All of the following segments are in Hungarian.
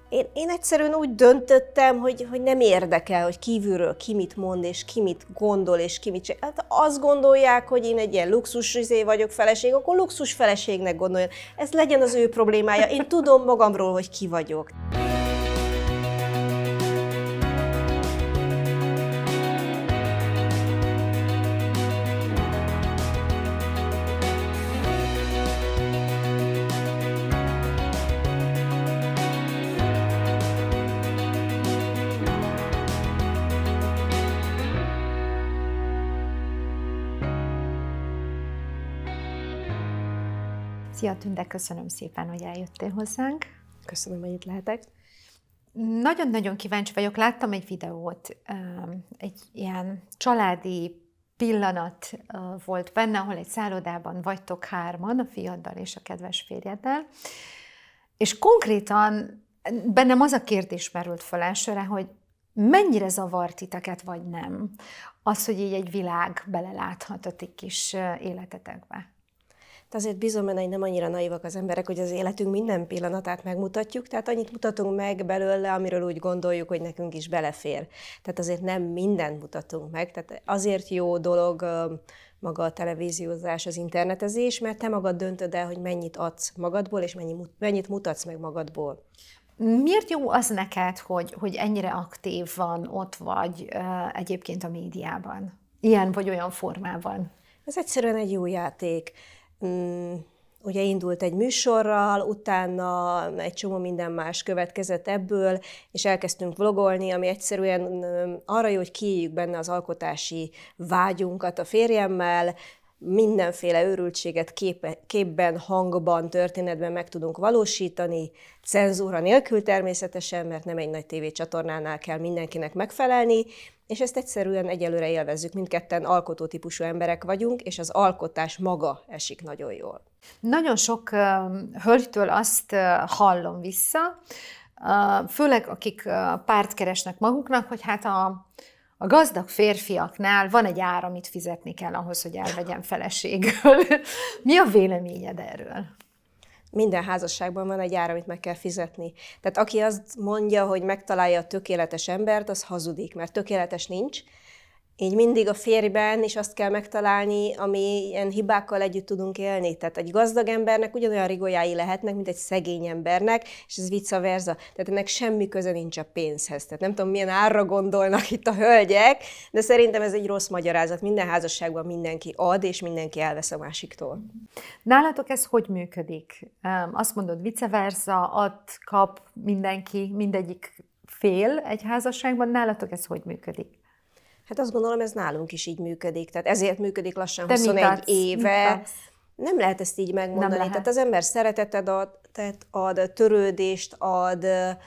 Én egyszerűen úgy döntöttem, hogy nem érdekel, hogy kívülről ki mit mond, és ki mit gondol, és ki mit csinál. Hát azt gondolják, hogy én egy ilyen luxus vagyok feleség, akkor luxus feleségnek gondoljon. Ez legyen az ő problémája. Én tudom magamról, hogy ki vagyok. Szia Tünde, köszönöm szépen, hogy eljöttél hozzánk. Köszönöm, hogy itt lehetek. Nagyon-nagyon kíváncsi vagyok, láttam egy videót, egy ilyen családi pillanat volt benne, ahol egy szállodában vagytok hárman, a fiaddal és a kedves férjeddel, és konkrétan bennem az a kérdés merült fel elsőre, hogy mennyire zavart titeket, vagy nem, az, hogy így egy világ beleláthat a ti kis életetekbe. De azért bízom benne, hogy nem annyira naivak az emberek, hogy az életünk minden pillanatát megmutatjuk, tehát annyit mutatunk meg belőle, amiről úgy gondoljuk, hogy nekünk is belefér. Tehát azért nem mindent mutatunk meg, tehát azért jó dolog maga a televíziózás, az internetezés, mert te magad döntöd el, hogy mennyit adsz magadból, és mennyit mutatsz meg magadból. Miért jó az neked, hogy ennyire aktív van, ott vagy egyébként a médiában? Ilyen vagy olyan formában? Ez egyszerűen egy jó játék. Ugye indult egy műsorral, utána egy csomó minden más következett ebből, és elkezdtünk vlogolni, ami egyszerűen arra jó, hogy kiéljük benne az alkotási vágyunkat a férjemmel, mindenféle őrültséget képben, hangban, történetben meg tudunk valósítani, cenzúra nélkül természetesen, mert nem egy nagy tévécsatornánál kell mindenkinek megfelelni, és ezt egyszerűen egyelőre élvezzük. Mindketten alkotótípusú emberek vagyunk, és az alkotás maga esik nagyon jól. Nagyon sok hölgytől azt hallom vissza, főleg akik párt keresnek maguknak, hogy hát a gazdag férfiaknál van egy ár, amit fizetni kell ahhoz, hogy elvegyen feleségül. Mi a véleményed erről? Minden házasságban van egy ár, amit meg kell fizetni. Tehát aki azt mondja, hogy megtalálja a tökéletes embert, az hazudik, mert tökéletes nincs. Így mindig a férjben is azt kell megtalálni, ami ilyen hibákkal együtt tudunk élni. Tehát egy gazdag embernek ugyanolyan rigójái lehetnek, mint egy szegény embernek, és ez vice versa. Tehát ennek semmi köze nincs a pénzhez. Tehát nem tudom, milyen árra gondolnak itt a hölgyek, de szerintem ez egy rossz magyarázat. Minden házasságban mindenki ad, és mindenki elvesz a másiktól. Nálatok ez hogy működik? Azt mondod, vice versa, ad, kap mindenki, mindegyik fél egy házasságban. Nálatok ez hogy működik? Hát azt gondolom, ez nálunk is így működik. Tehát ezért működik lassan 21 éve. Nem lehet ezt így megmondani. Tehát az ember szeretetet ad, törődést ad,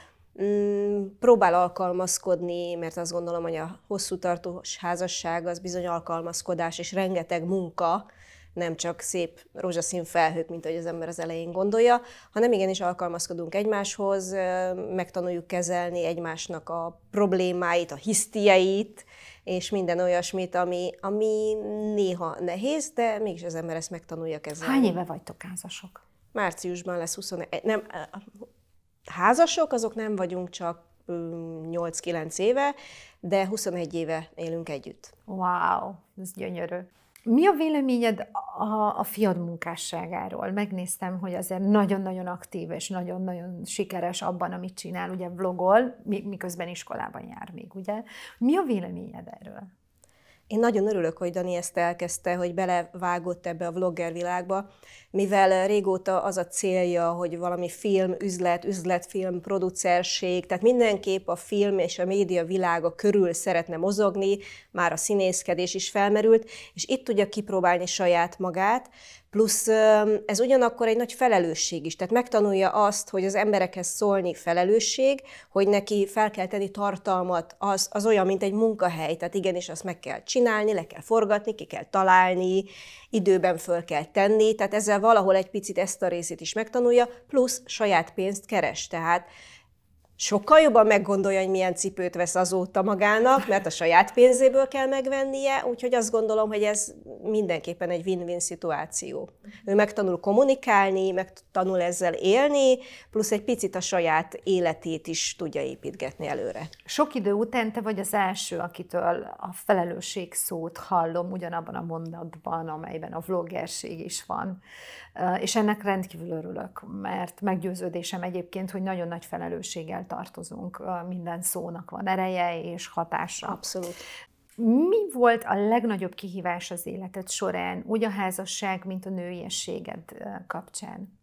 próbál alkalmazkodni, mert azt gondolom, hogy a hosszú tartós házasság az bizony alkalmazkodás és rengeteg munka, nem csak szép rózsaszín felhők, mint ahogy az ember az elején gondolja, hanem igenis alkalmazkodunk egymáshoz, megtanuljuk kezelni egymásnak a problémáit, a hisztieit, és minden olyasmit, ami néha nehéz, de mégis az ember ezt megtanulja kezelni. Hány éve vagytok házasok? Márciusban lesz 21. Nem, házasok, azok nem vagyunk, csak 8-9 éve, de 21 éve élünk együtt. Wow, ez gyönyörű. Mi a véleményed a fiad munkásságáról? Megnéztem, hogy azért nagyon-nagyon aktív és nagyon-nagyon sikeres abban, amit csinál, ugye vlogol, miközben iskolában jár még, ugye? Mi a véleményed erről? Én nagyon örülök, hogy Dani ezt elkezdte, hogy belevágott ebbe a vlogger világba, mivel régóta az a célja, hogy valami film, üzletfilm, producerség, tehát mindenképp a film és a média világa körül szeretne mozogni, már a színészkedés is felmerült, és itt tudja kipróbálni saját magát, plusz ez ugyanakkor egy nagy felelősség is, tehát megtanulja azt, hogy az emberekhez szólni felelősség, hogy neki fel kell tenni tartalmat, az olyan, mint egy munkahely, tehát igenis azt meg kell csinálni, le kell forgatni, ki kell találni, időben föl kell tenni, tehát ezzel valahol egy picit ezt a részét is megtanulja, plusz saját pénzt keres, tehát sokkal jobban meggondolja, hogy milyen cipőt vesz azóta magának, mert a saját pénzéből kell megvennie, úgyhogy azt gondolom, hogy ez mindenképpen egy win-win szituáció. Ő megtanul kommunikálni, megtanul ezzel élni, plusz egy picit a saját életét is tudja építgetni előre. Sok idő után te vagy az első, akitől a felelősség szót hallom ugyanabban a mondatban, amelyben a vloggerség is van. És ennek rendkívül örülök, mert meggyőződésem egyébként, hogy nagyon nagy felelősséggel tartozunk. Minden szónak van ereje és hatása. Abszolút. Mi volt a legnagyobb kihívás az életed során, úgy a házasság, mint a nőiességed kapcsán?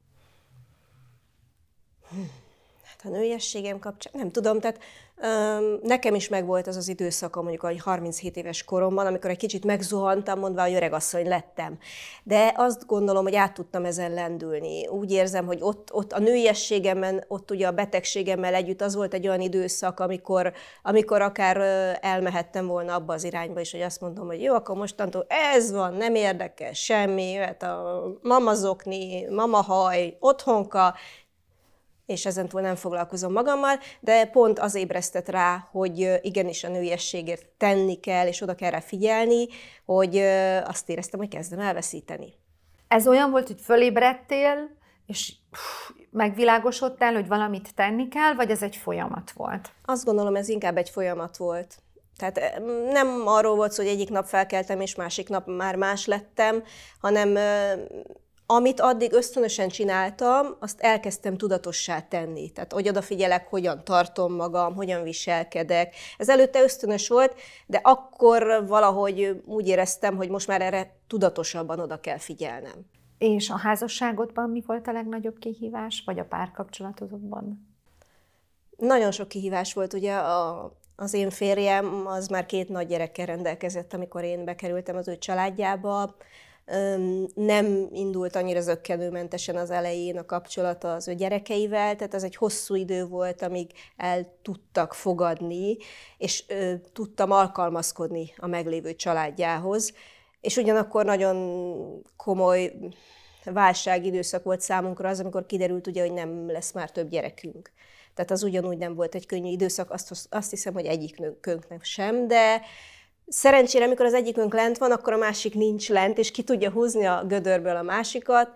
Hát a nőiességem kapcsán, nem tudom, tehát nekem is megvolt az az időszaka, mondjuk a 37 éves koromban, amikor egy kicsit megzuhantam, mondva, hogy öregasszony lettem. De azt gondolom, hogy át tudtam ezen lendülni. Úgy érzem, hogy ott a nőiességemben, ott ugye a betegségemmel együtt az volt egy olyan időszak, amikor akár elmehettem volna abba az irányba is, hogy azt mondom, hogy jó, akkor mostantól ez van, nem érdekel semmi, jöhet a mamazokni, mamahaj, otthonka, és ezentúl nem foglalkozom magammal, de pont az ébresztett rá, hogy igenis a nőiességért tenni kell, és oda kell rá figyelni, hogy azt éreztem, hogy kezdem elveszíteni. Ez olyan volt, hogy fölébredtél, és megvilágosodtál, hogy valamit tenni kell, vagy ez egy folyamat volt? Azt gondolom, ez inkább egy folyamat volt. Tehát nem arról volt szó, hogy egyik nap felkeltem, és másik nap már más lettem, hanem amit addig ösztönösen csináltam, azt elkezdtem tudatossá tenni. Tehát, hogy odafigyelek, hogyan tartom magam, hogyan viselkedek. Ez előtte ösztönös volt, de akkor valahogy úgy éreztem, hogy most már erre tudatosabban oda kell figyelnem. És a házasságodban mi volt a legnagyobb kihívás, vagy a párkapcsolatodban? Nagyon sok kihívás volt, ugye az én férjem, az már 2 nagy gyerekkel rendelkezett, amikor én bekerültem az ő családjába. Nem indult annyira zökkenőmentesen az elején a kapcsolata az ő gyerekeivel, tehát ez egy hosszú idő volt, amíg el tudtak fogadni, és tudtam alkalmazkodni a meglévő családjához, és ugyanakkor nagyon komoly válságidőszak volt számunkra az, amikor kiderült ugye, hogy nem lesz már több gyerekünk. Tehát az ugyanúgy nem volt egy könnyű időszak, azt hiszem, hogy egyikünknek sem, de szerencsére, amikor az egyikünk lent van, akkor a másik nincs lent, és ki tudja húzni a gödörből a másikat,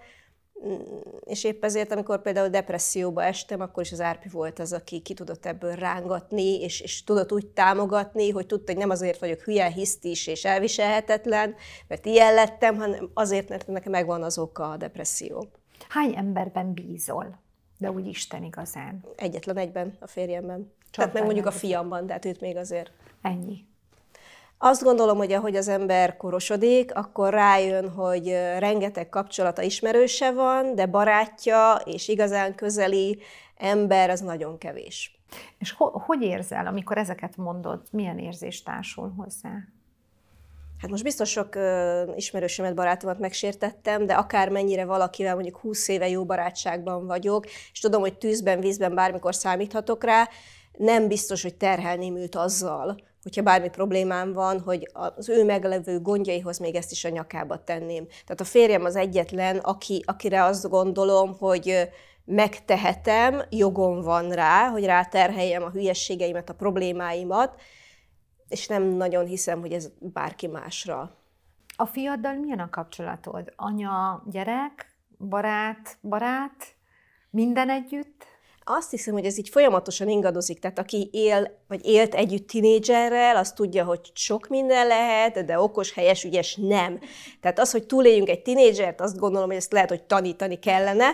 és épp ezért, amikor például depresszióba estem, akkor is az Árpi volt az, aki ki tudott ebből rángatni, és tudott úgy támogatni, hogy tudta, hogy nem azért vagyok hülye, hisztis és elviselhetetlen, mert ilyen lettem, hanem azért, mert nekem megvan az oka a depresszió. Hány emberben bízol? De úgy Isten igazán. Egyetlen egyben, a férjemben. Tehát meg mondjuk a fiamban, de hát őt még azért. Ennyi. Azt gondolom, hogy ahogy az ember korosodik, akkor rájön, hogy rengeteg kapcsolata ismerőse van, de barátja és igazán közeli ember az nagyon kevés. És hogy érzel, amikor ezeket mondod? Milyen érzés társul hozzá? Hát most biztos sok ismerősömet, barátomat megsértettem, de akármennyire valakivel mondjuk 20 éve jó barátságban vagyok, és tudom, hogy tűzben, vízben bármikor számíthatok rá, nem biztos, hogy terhelném őt azzal, hogyha bármi problémám van, hogy az ő meglevő gondjaihoz még ezt is a nyakába tenném. Tehát a férjem az egyetlen, akire azt gondolom, hogy megtehetem, jogom van rá, hogy ráterheljem a hülyességeimet, a problémáimat, és nem nagyon hiszem, hogy ez bárki másra. A fiaddal milyen a kapcsolatod? Anya, gyerek, barát, minden együtt? Azt hiszem, hogy ez így folyamatosan ingadozik, tehát aki élt együtt tinédzserrel, az tudja, hogy sok minden lehet, de okos, helyes, ügyes nem. Tehát az, hogy túléljünk egy tinédzsert, azt gondolom, hogy ezt lehet, hogy tanítani kellene.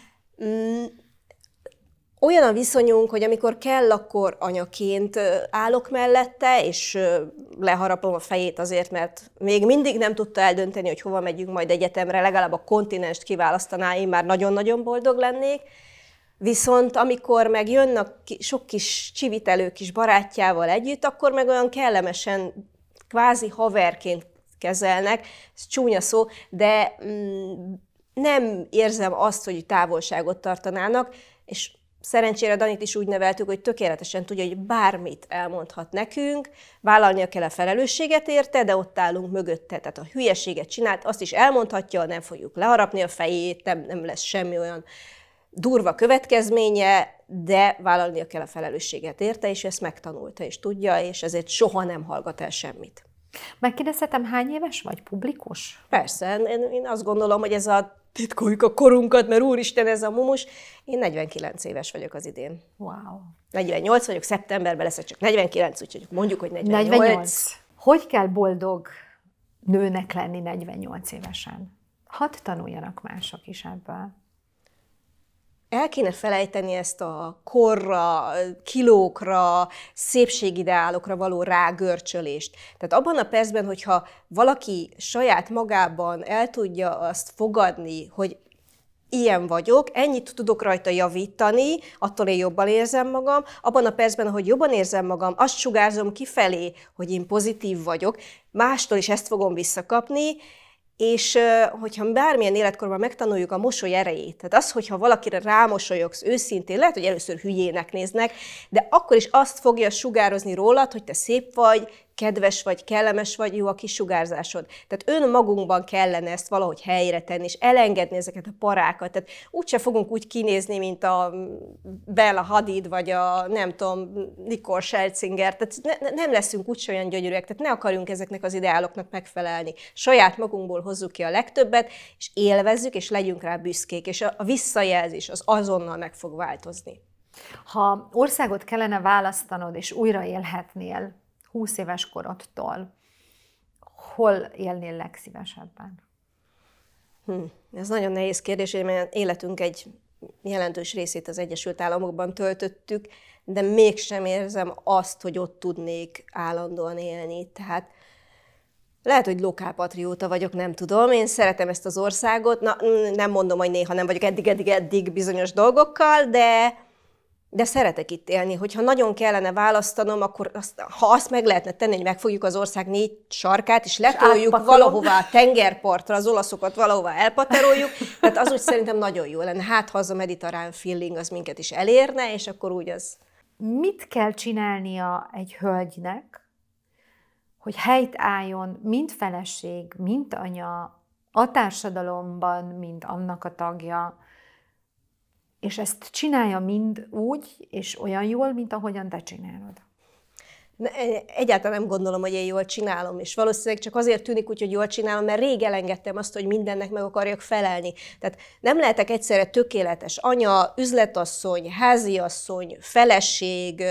Olyan a viszonyunk, hogy amikor kell, akkor anyaként állok mellette, és leharapom a fejét azért, mert még mindig nem tudta eldönteni, hogy hova megyünk majd egyetemre, legalább a kontinenst kiválasztaná, én már nagyon-nagyon boldog lennék. Viszont amikor meg jönnek sok kis csivitelő kis barátjával együtt, akkor meg olyan kellemesen, kvázi haverként kezelnek, ez csúnya szó, de nem érzem azt, hogy távolságot tartanának, és szerencsére Danit is úgy neveltük, hogy tökéletesen tudja, hogy bármit elmondhat nekünk, vállalnia kell a felelősséget érte, de ott állunk mögötte, tehát a hülyeséget csinált, azt is elmondhatja, nem fogjuk leharapni a fejét, nem lesz semmi olyan durva következménye, de vállalnia kell a felelősséget érte, és ezt megtanulta, és tudja, és ezért soha nem hallgat el semmit. Megkérdezhetem, hány éves vagy, publikus? Persze, én azt gondolom, hogy ez a titkoljuk a korunkat, mert úristen, ez a mumus. Én 49 éves vagyok az idén. Wow. 48 vagyok, szeptemberben leszek csak 49, úgyhogy mondjuk, hogy 48. 48. Hogy kell boldog nőnek lenni 48 évesen? Hadd tanuljanak mások is ebből. El kéne felejteni ezt a korra, kilókra, szépségideálokra való rágörcsölést. Tehát abban a percben, hogyha valaki saját magában el tudja azt fogadni, hogy ilyen vagyok, ennyit tudok rajta javítani, attól én jobban érzem magam, abban a percben, ahogy jobban érzem magam, azt sugárzom kifelé, hogy én pozitív vagyok, mástól is ezt fogom visszakapni, és hogyha bármilyen életkorban megtanuljuk a mosoly erejét, tehát az, hogyha valakire rámosolyogsz őszintén, lehet, hogy először hülyének néznek, de akkor is azt fogja sugározni rólad, hogy te szép vagy, kedves vagy, kellemes vagy, jó a kis sugárzásod. Tehát önmagunkban kellene ezt valahogy helyre tenni, és elengedni ezeket a parákat. Tehát úgyse fogunk úgy kinézni, mint a Bella Hadid, vagy a, nem tudom, Nicole Scherzinger. Tehát nem leszünk úgyse olyan gyönyörűek, tehát ne akarjunk ezeknek az ideáloknak megfelelni. Saját magunkból hozzuk ki a legtöbbet, és élvezzük, és legyünk rá büszkék, és a visszajelzés az azonnal meg fog változni. Ha országot kellene választanod, és újra élhetnél, 20 éves korodtól, hol élnél legszívesebben? Ez nagyon nehéz kérdés, mert életünk egy jelentős részét az Egyesült Államokban töltöttük, de mégsem érzem azt, hogy ott tudnék állandóan élni. Tehát lehet, hogy lokálpatrióta vagyok, nem tudom. Én szeretem ezt az országot. Nem mondom, hogy néha nem vagyok eddig bizonyos dolgokkal, de szeretek itt élni. Hogyha nagyon kellene választanom, akkor ha azt meg lehetne tenni, hogy megfogjuk az ország 4 sarkát, és letoljuk valahová a tengerpartra, az olaszokat valahová elpateroljuk, tehát az úgy szerintem nagyon jó lenne. Hát, ha az a mediterrán feeling az minket is elérne, és akkor úgy az... Mit kell csinálnia egy hölgynek, hogy helyt álljon mind feleség, mind anya, a társadalomban, mind annak a tagja, és ezt csinálja mind úgy, és olyan jól, mint ahogyan te csinálod? Egyáltalán nem gondolom, hogy én jól csinálom, és valószínűleg csak azért tűnik úgy, hogy jól csinálom, mert rég elengedtem azt, hogy mindennek meg akarjak felelni. Tehát nem lehetek egyszerre tökéletes anya, üzletasszony, háziasszony, feleség,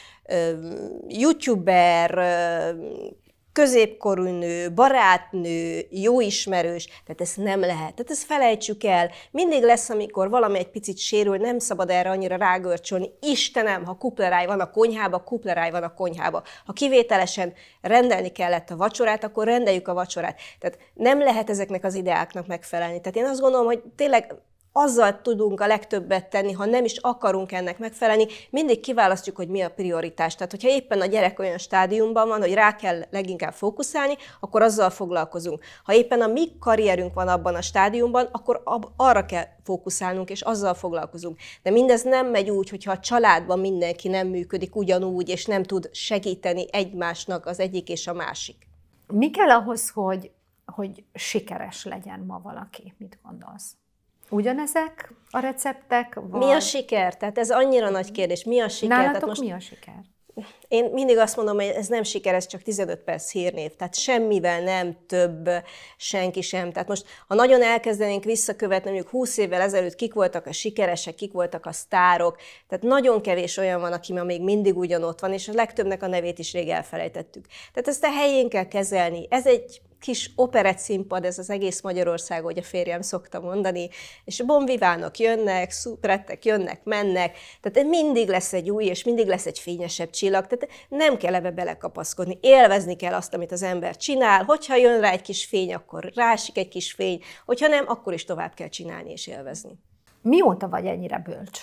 youtuber, középkorú nő, barátnő, jó ismerős, tehát ez nem lehet. Tehát ezt felejtsük el. Mindig lesz, amikor valami egy picit sérül, nem szabad erre annyira rágörcsölni. Istenem, ha kupleráj van a konyhába, kupleráj van a konyhába. Ha kivételesen rendelni kellett a vacsorát, akkor rendeljük a vacsorát. Tehát nem lehet ezeknek az ideáknak megfelelni. Tehát én azt gondolom, hogy tényleg azzal tudunk a legtöbbet tenni, ha nem is akarunk ennek megfelelni, mindig kiválasztjuk, hogy mi a prioritás. Tehát, hogyha éppen a gyerek olyan stádiumban van, hogy rá kell leginkább fókuszálni, akkor azzal foglalkozunk. Ha éppen a mi karrierünk van abban a stádiumban, akkor arra kell fókuszálnunk, és azzal foglalkozunk. De mindez nem megy úgy, hogyha a családban mindenki nem működik ugyanúgy, és nem tud segíteni egymásnak az egyik és a másik. Mi kell ahhoz, hogy sikeres legyen ma valaki? Mit gondolsz? Ugyanezek a receptek? Vagy... Mi a siker? Tehát ez annyira nagy kérdés. Mi a siker? Nálatok Tehát most mi a siker? Én mindig azt mondom, hogy ez nem siker, ez csak 15 perc hírnév. Tehát semmivel nem több, senki sem. Tehát most, ha nagyon elkezdenénk visszakövetni, mondjuk 20 évvel ezelőtt kik voltak a sikeresek, kik voltak a sztárok, tehát nagyon kevés olyan van, aki ma még mindig ugyanott van, és a legtöbbnek a nevét is rég elfelejtettük. Tehát ezt a helyén kell kezelni. Ez egy kis operett színpad, ez az egész Magyarország, ahogy a férjem szokta mondani, és bonvivánok jönnek, szuprettek jönnek, mennek, tehát mindig lesz egy új, és mindig lesz egy fényesebb csillag, tehát nem kell ebbe belekapaszkodni, élvezni kell azt, amit az ember csinál, hogyha jön rá egy kis fény, akkor rásik egy kis fény, hogyha nem, akkor is tovább kell csinálni és élvezni. Mióta vagy ennyire bölcs?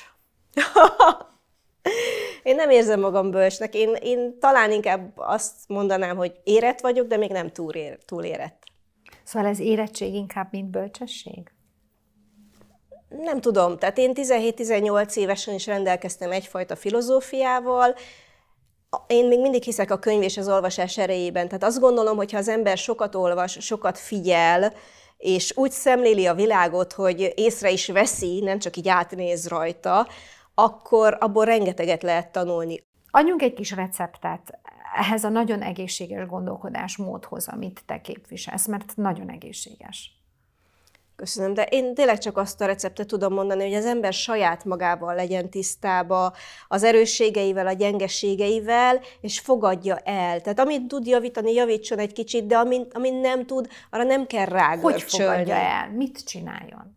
Én nem érzem magam bölcsnek, én talán inkább azt mondanám, hogy érett vagyok, de még nem túl érett. Szóval ez érettség inkább, mint bölcsesség? Nem tudom, tehát én 17-18 évesen is rendelkeztem egyfajta filozófiával, én még mindig hiszek a könyv és az olvasás erejében, tehát azt gondolom, hogy ha az ember sokat olvas, sokat figyel, és úgy szemléli a világot, hogy észre is veszi, nem csak így átnéz rajta, akkor abból rengeteget lehet tanulni. Adjunk egy kis receptet ehhez a nagyon egészséges gondolkodásmódhoz, amit te képviselsz, mert nagyon egészséges. Köszönöm, de én tényleg csak azt a receptet tudom mondani, hogy az ember saját magával legyen tisztába, az erősségeivel, a gyengeségeivel, és fogadja el. Tehát amit tud javítani, javítson egy kicsit, de amit nem tud, arra nem kell rágörcsölni. Hogy fogadja el? Mit csináljon?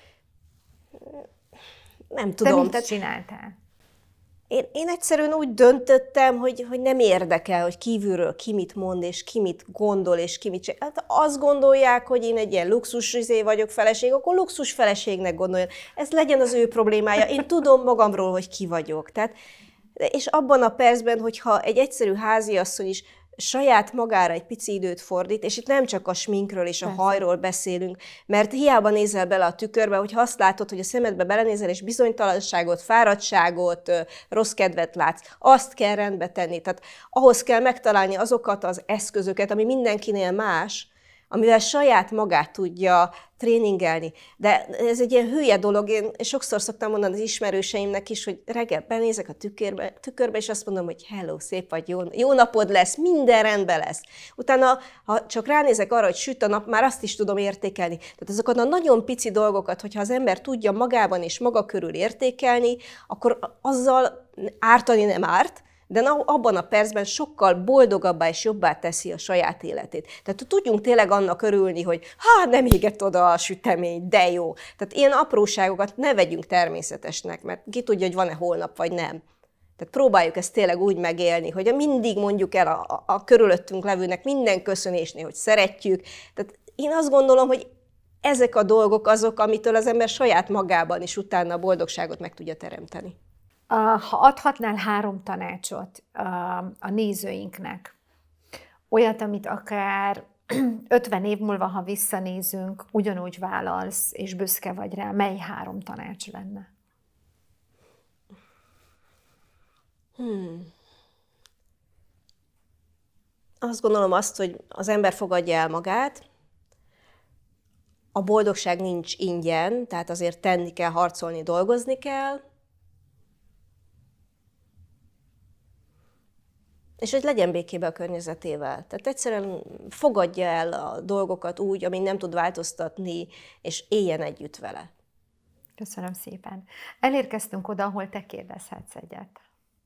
Nem tudom. Te mit csináltál? Én egyszerűen úgy döntöttem, hogy nem érdekel, hogy kívülről ki mit mond, és ki mit gondol, és ki mit csinál. Hát azt gondolják, hogy én egy ilyen luxus vagyok feleség, akkor luxus feleségnek gondoljon. Ez legyen az ő problémája. Én tudom magamról, hogy ki vagyok. Tehát, és abban a percben, hogyha egy egyszerű háziasszony is saját magára egy pici időt fordít, és itt nem csak a sminkről és a hajról beszélünk, mert hiába nézel bele a tükörbe, hogyha azt látod, hogy a szemedbe belenézel, és bizonytalanságot, fáradtságot, rossz kedvet látsz, azt kell rendbe tenni. Tehát ahhoz kell megtalálni azokat az eszközöket, ami mindenkinél más, amivel saját magát tudja tréningelni. De ez egy ilyen hülye dolog, én sokszor szoktam mondani az ismerőseimnek is, hogy reggel benézek a tükörbe, és azt mondom, hogy hello, szép vagy, jó napod lesz, minden rendben lesz. Utána, ha csak ránézek arra, hogy süt a nap, már azt is tudom értékelni. Tehát azokat a nagyon pici dolgokat, hogyha az ember tudja magában és maga körül értékelni, akkor azzal ártani nem árt, de abban a percben sokkal boldogabbá és jobbá teszi a saját életét. Tehát tudjunk tényleg annak örülni, hogy nem égett oda a sütemény, de jó. Tehát ilyen apróságokat ne vegyünk természetesnek, mert ki tudja, hogy van-e holnap, vagy nem. Tehát próbáljuk ezt tényleg úgy megélni, hogy mindig mondjuk el a körülöttünk levőnek minden köszönésnél, hogy szeretjük. Tehát én azt gondolom, hogy ezek a dolgok azok, amitől az ember saját magában is utána a boldogságot meg tudja teremteni. Ha adhatnál 3 tanácsot a nézőinknek, olyat, amit akár 50 év múlva, ha visszanézünk, ugyanúgy vállalsz, és büszke vagy rá, mely 3 tanács lenne? Azt gondolom hogy az ember fogadja el magát, a boldogság nincs ingyen, tehát azért tenni kell, harcolni, dolgozni kell, és hogy legyen békében a környezetével. Tehát egyszerűen fogadja el a dolgokat úgy, amin nem tud változtatni, és éljen együtt vele. Köszönöm szépen. Elérkeztünk oda, ahol te kérdezhetsz egyet.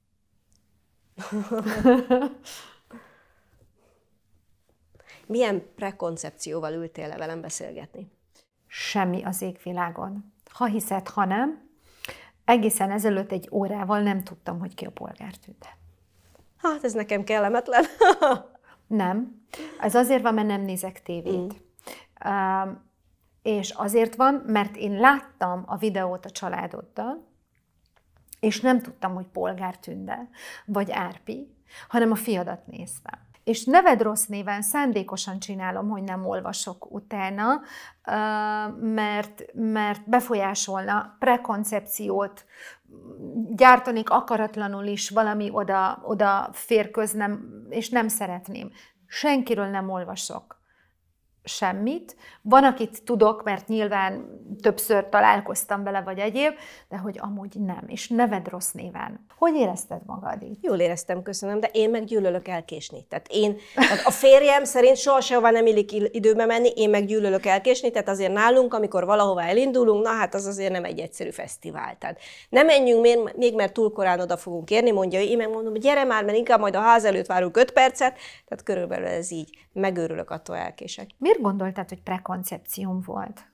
Milyen prekoncepcióval ültél le velem beszélgetni? Semmi az égvilágon. Ha hiszed, ha nem. Egészen ezelőtt 1 órával nem tudtam, hogy ki a polgártünde. Hát ez nekem kellemetlen. Nem. Ez azért van, mert nem nézek tévét. És azért van, mert én láttam a videót a családoddal, és nem tudtam, hogy Polgártünde vagy Árpi, hanem a fiadat néztem. És neved rossz néven szándékosan csinálom, hogy nem olvasok utána, mert befolyásolna, prekoncepciót gyártanék akaratlanul is, valami oda fér köznem, és nem szeretném. Senkiről nem olvasok semmit. Van, akit tudok, mert nyilván többször találkoztam vele, vagy egyéb, de hogy amúgy nem, és neved rossz néven. Hogy érezted magad így? Jól éreztem, köszönöm, de én meg gyűlölök elkésni. Tehát a férjem szerint sohasem nem illik időbe menni, én meg gyűlölök elkésni, tehát azért nálunk, amikor valahová elindulunk, na hát az azért nem egy egyszerű fesztivál. Tehát nem menjünk még, mert túl korán oda fogunk érni, mondja ő, én meg mondom, hogy gyere már, mert inkább majd a ház előtt várunk 5 percet, tehát körülbelül ez így. Megőrülök, attól elkések. Miért gondoltad, hogy prekoncepcióm volt?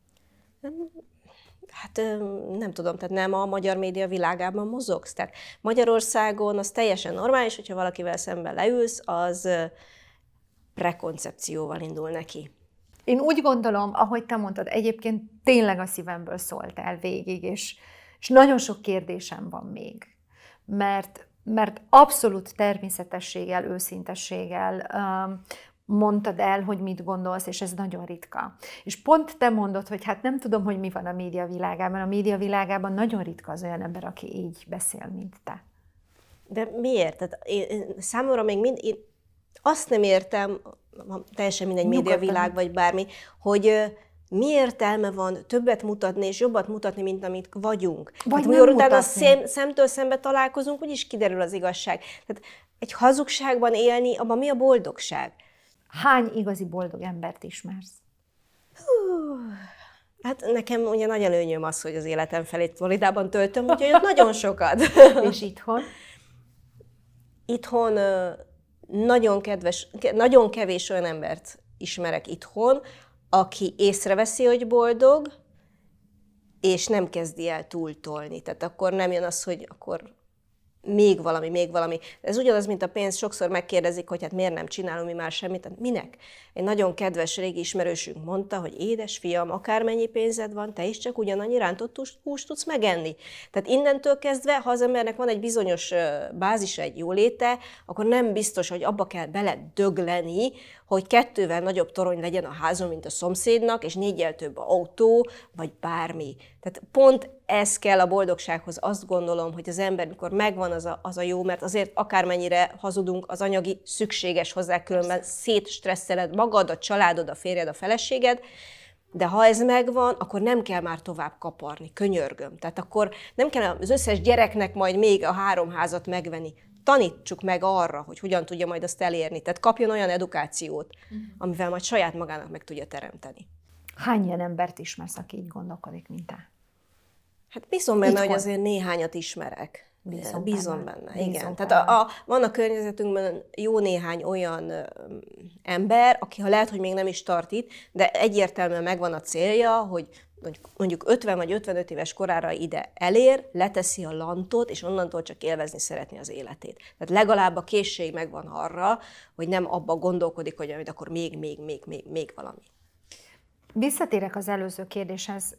Hát nem tudom, tehát nem a magyar média világában mozogsz. Tehát Magyarországon az teljesen normális, hogyha valakivel szemben leülsz, az prekoncepcióval indul neki. Én úgy gondolom, ahogy te mondtad, egyébként tényleg a szívemből szóltál végig, és nagyon sok kérdésem van még. Mert abszolút természetességgel, őszintességgel mondtad el, hogy mit gondolsz, és ez nagyon ritka. És pont te mondod, hogy hát nem tudom, hogy mi van a média világában. A média világában nagyon ritka az olyan ember, aki így beszél, mint te. De miért? Tehát számomra még én azt nem értem, teljesen mindegy, médiavilág vagy bármi, hogy mi értelme van többet mutatni és jobbat mutatni, mint amit vagyunk. Vagy hát, amikor utána szemtől szembe találkozunk, úgyis kiderül az igazság. Tehát egy hazugságban élni, abban mi a boldogság? Hány igazi boldog embert ismersz? Hát nekem ugye nagy előnyöm az, hogy az életem felét Floridában töltöm, úgyhogy ott nagyon sokat. És itthon? Itthon nagyon kevés olyan embert ismerek itthon, aki észreveszi, hogy boldog, és nem kezdi el túltolni. Tehát akkor nem jön az, hogy akkor még valami. Ez ugyanaz, mint a pénz, sokszor megkérdezik, hogy hát miért nem csinálunk mi már semmit. Tehát minek? Egy nagyon kedves régi ismerősünk mondta, hogy édes fiam, akármennyi pénzed van, te is csak ugyanannyi rántott húst tudsz megenni. Tehát innentől kezdve, ha az embernek van egy bizonyos bázisa, egy jóléte, akkor nem biztos, hogy abba kell beledögleni, hogy 2-vel nagyobb torony legyen a házon, mint a szomszédnak, és 4-jel több autó, vagy bármi. Tehát pont ez kell a boldogsághoz, azt gondolom, hogy az ember, mikor megvan az a jó, mert azért akármennyire hazudunk, az anyagi szükséges hozzá, különben szétstresszeled magad, a családod, a férjed, a feleséged, de ha ez megvan, akkor nem kell már tovább kaparni, könyörgöm. Tehát akkor nem kell az összes gyereknek majd még a 3 házat megvenni. Tanítsuk meg arra, hogy hogyan tudja majd azt elérni. Tehát kapjon olyan edukációt, amivel majd saját magának meg tudja teremteni. Hány ilyen embert ismersz, aki így gondolkodik, mint te? Hát bízom benne, hogy azért néhányat ismerek. Bízom benne. Igen. Tehát van a környezetünkben jó néhány olyan ember, aki ha lehet, hogy még nem is tart itt, de egyértelműen megvan a célja, hogy mondjuk 50 vagy 55 éves korára ide elér, leteszi a lantot, és onnantól csak élvezni szeretné az életét. Tehát legalább a készség megvan arra, hogy nem abba gondolkodik, hogy amit akkor még valami. Visszatérek az előző kérdéshez.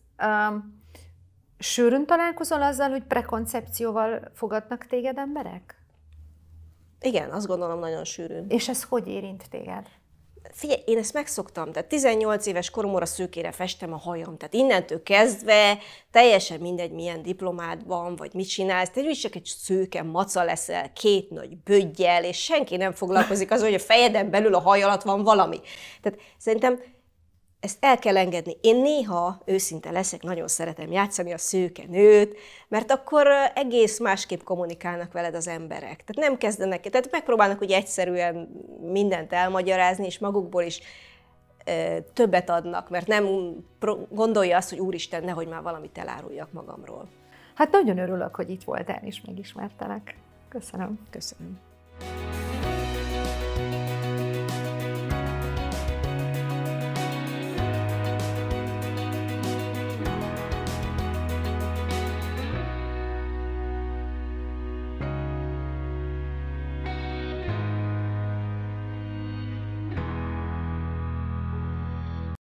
Sűrűn találkozol azzal, hogy prekoncepcióval fogadnak téged emberek? Igen, azt gondolom nagyon sűrűn. És ez hogy érint téged? Figyelj, én ezt megszoktam, tehát 18 éves koromra szőkére festem a hajam, tehát innentől kezdve teljesen mindegy, milyen diplomád van, vagy mit csinálsz, te is csak egy szőke maca leszel, 2 nagy böggyel, és senki nem foglalkozik azon, hogy a fejeden belül a haj alatt van valami. Tehát szerintem ezt el kell engedni. Én néha, őszinte leszek, nagyon szeretem játszani a szőke nőt, mert akkor egész másképp kommunikálnak veled az emberek. Tehát nem kezdenek, tehát megpróbálnak úgy egyszerűen mindent elmagyarázni, és magukból is többet adnak, mert nem gondolja azt, hogy úristen, nehogy már valamit eláruljak magamról. Hát nagyon örülök, hogy itt voltál, és megismertelek. Köszönöm. Köszönöm.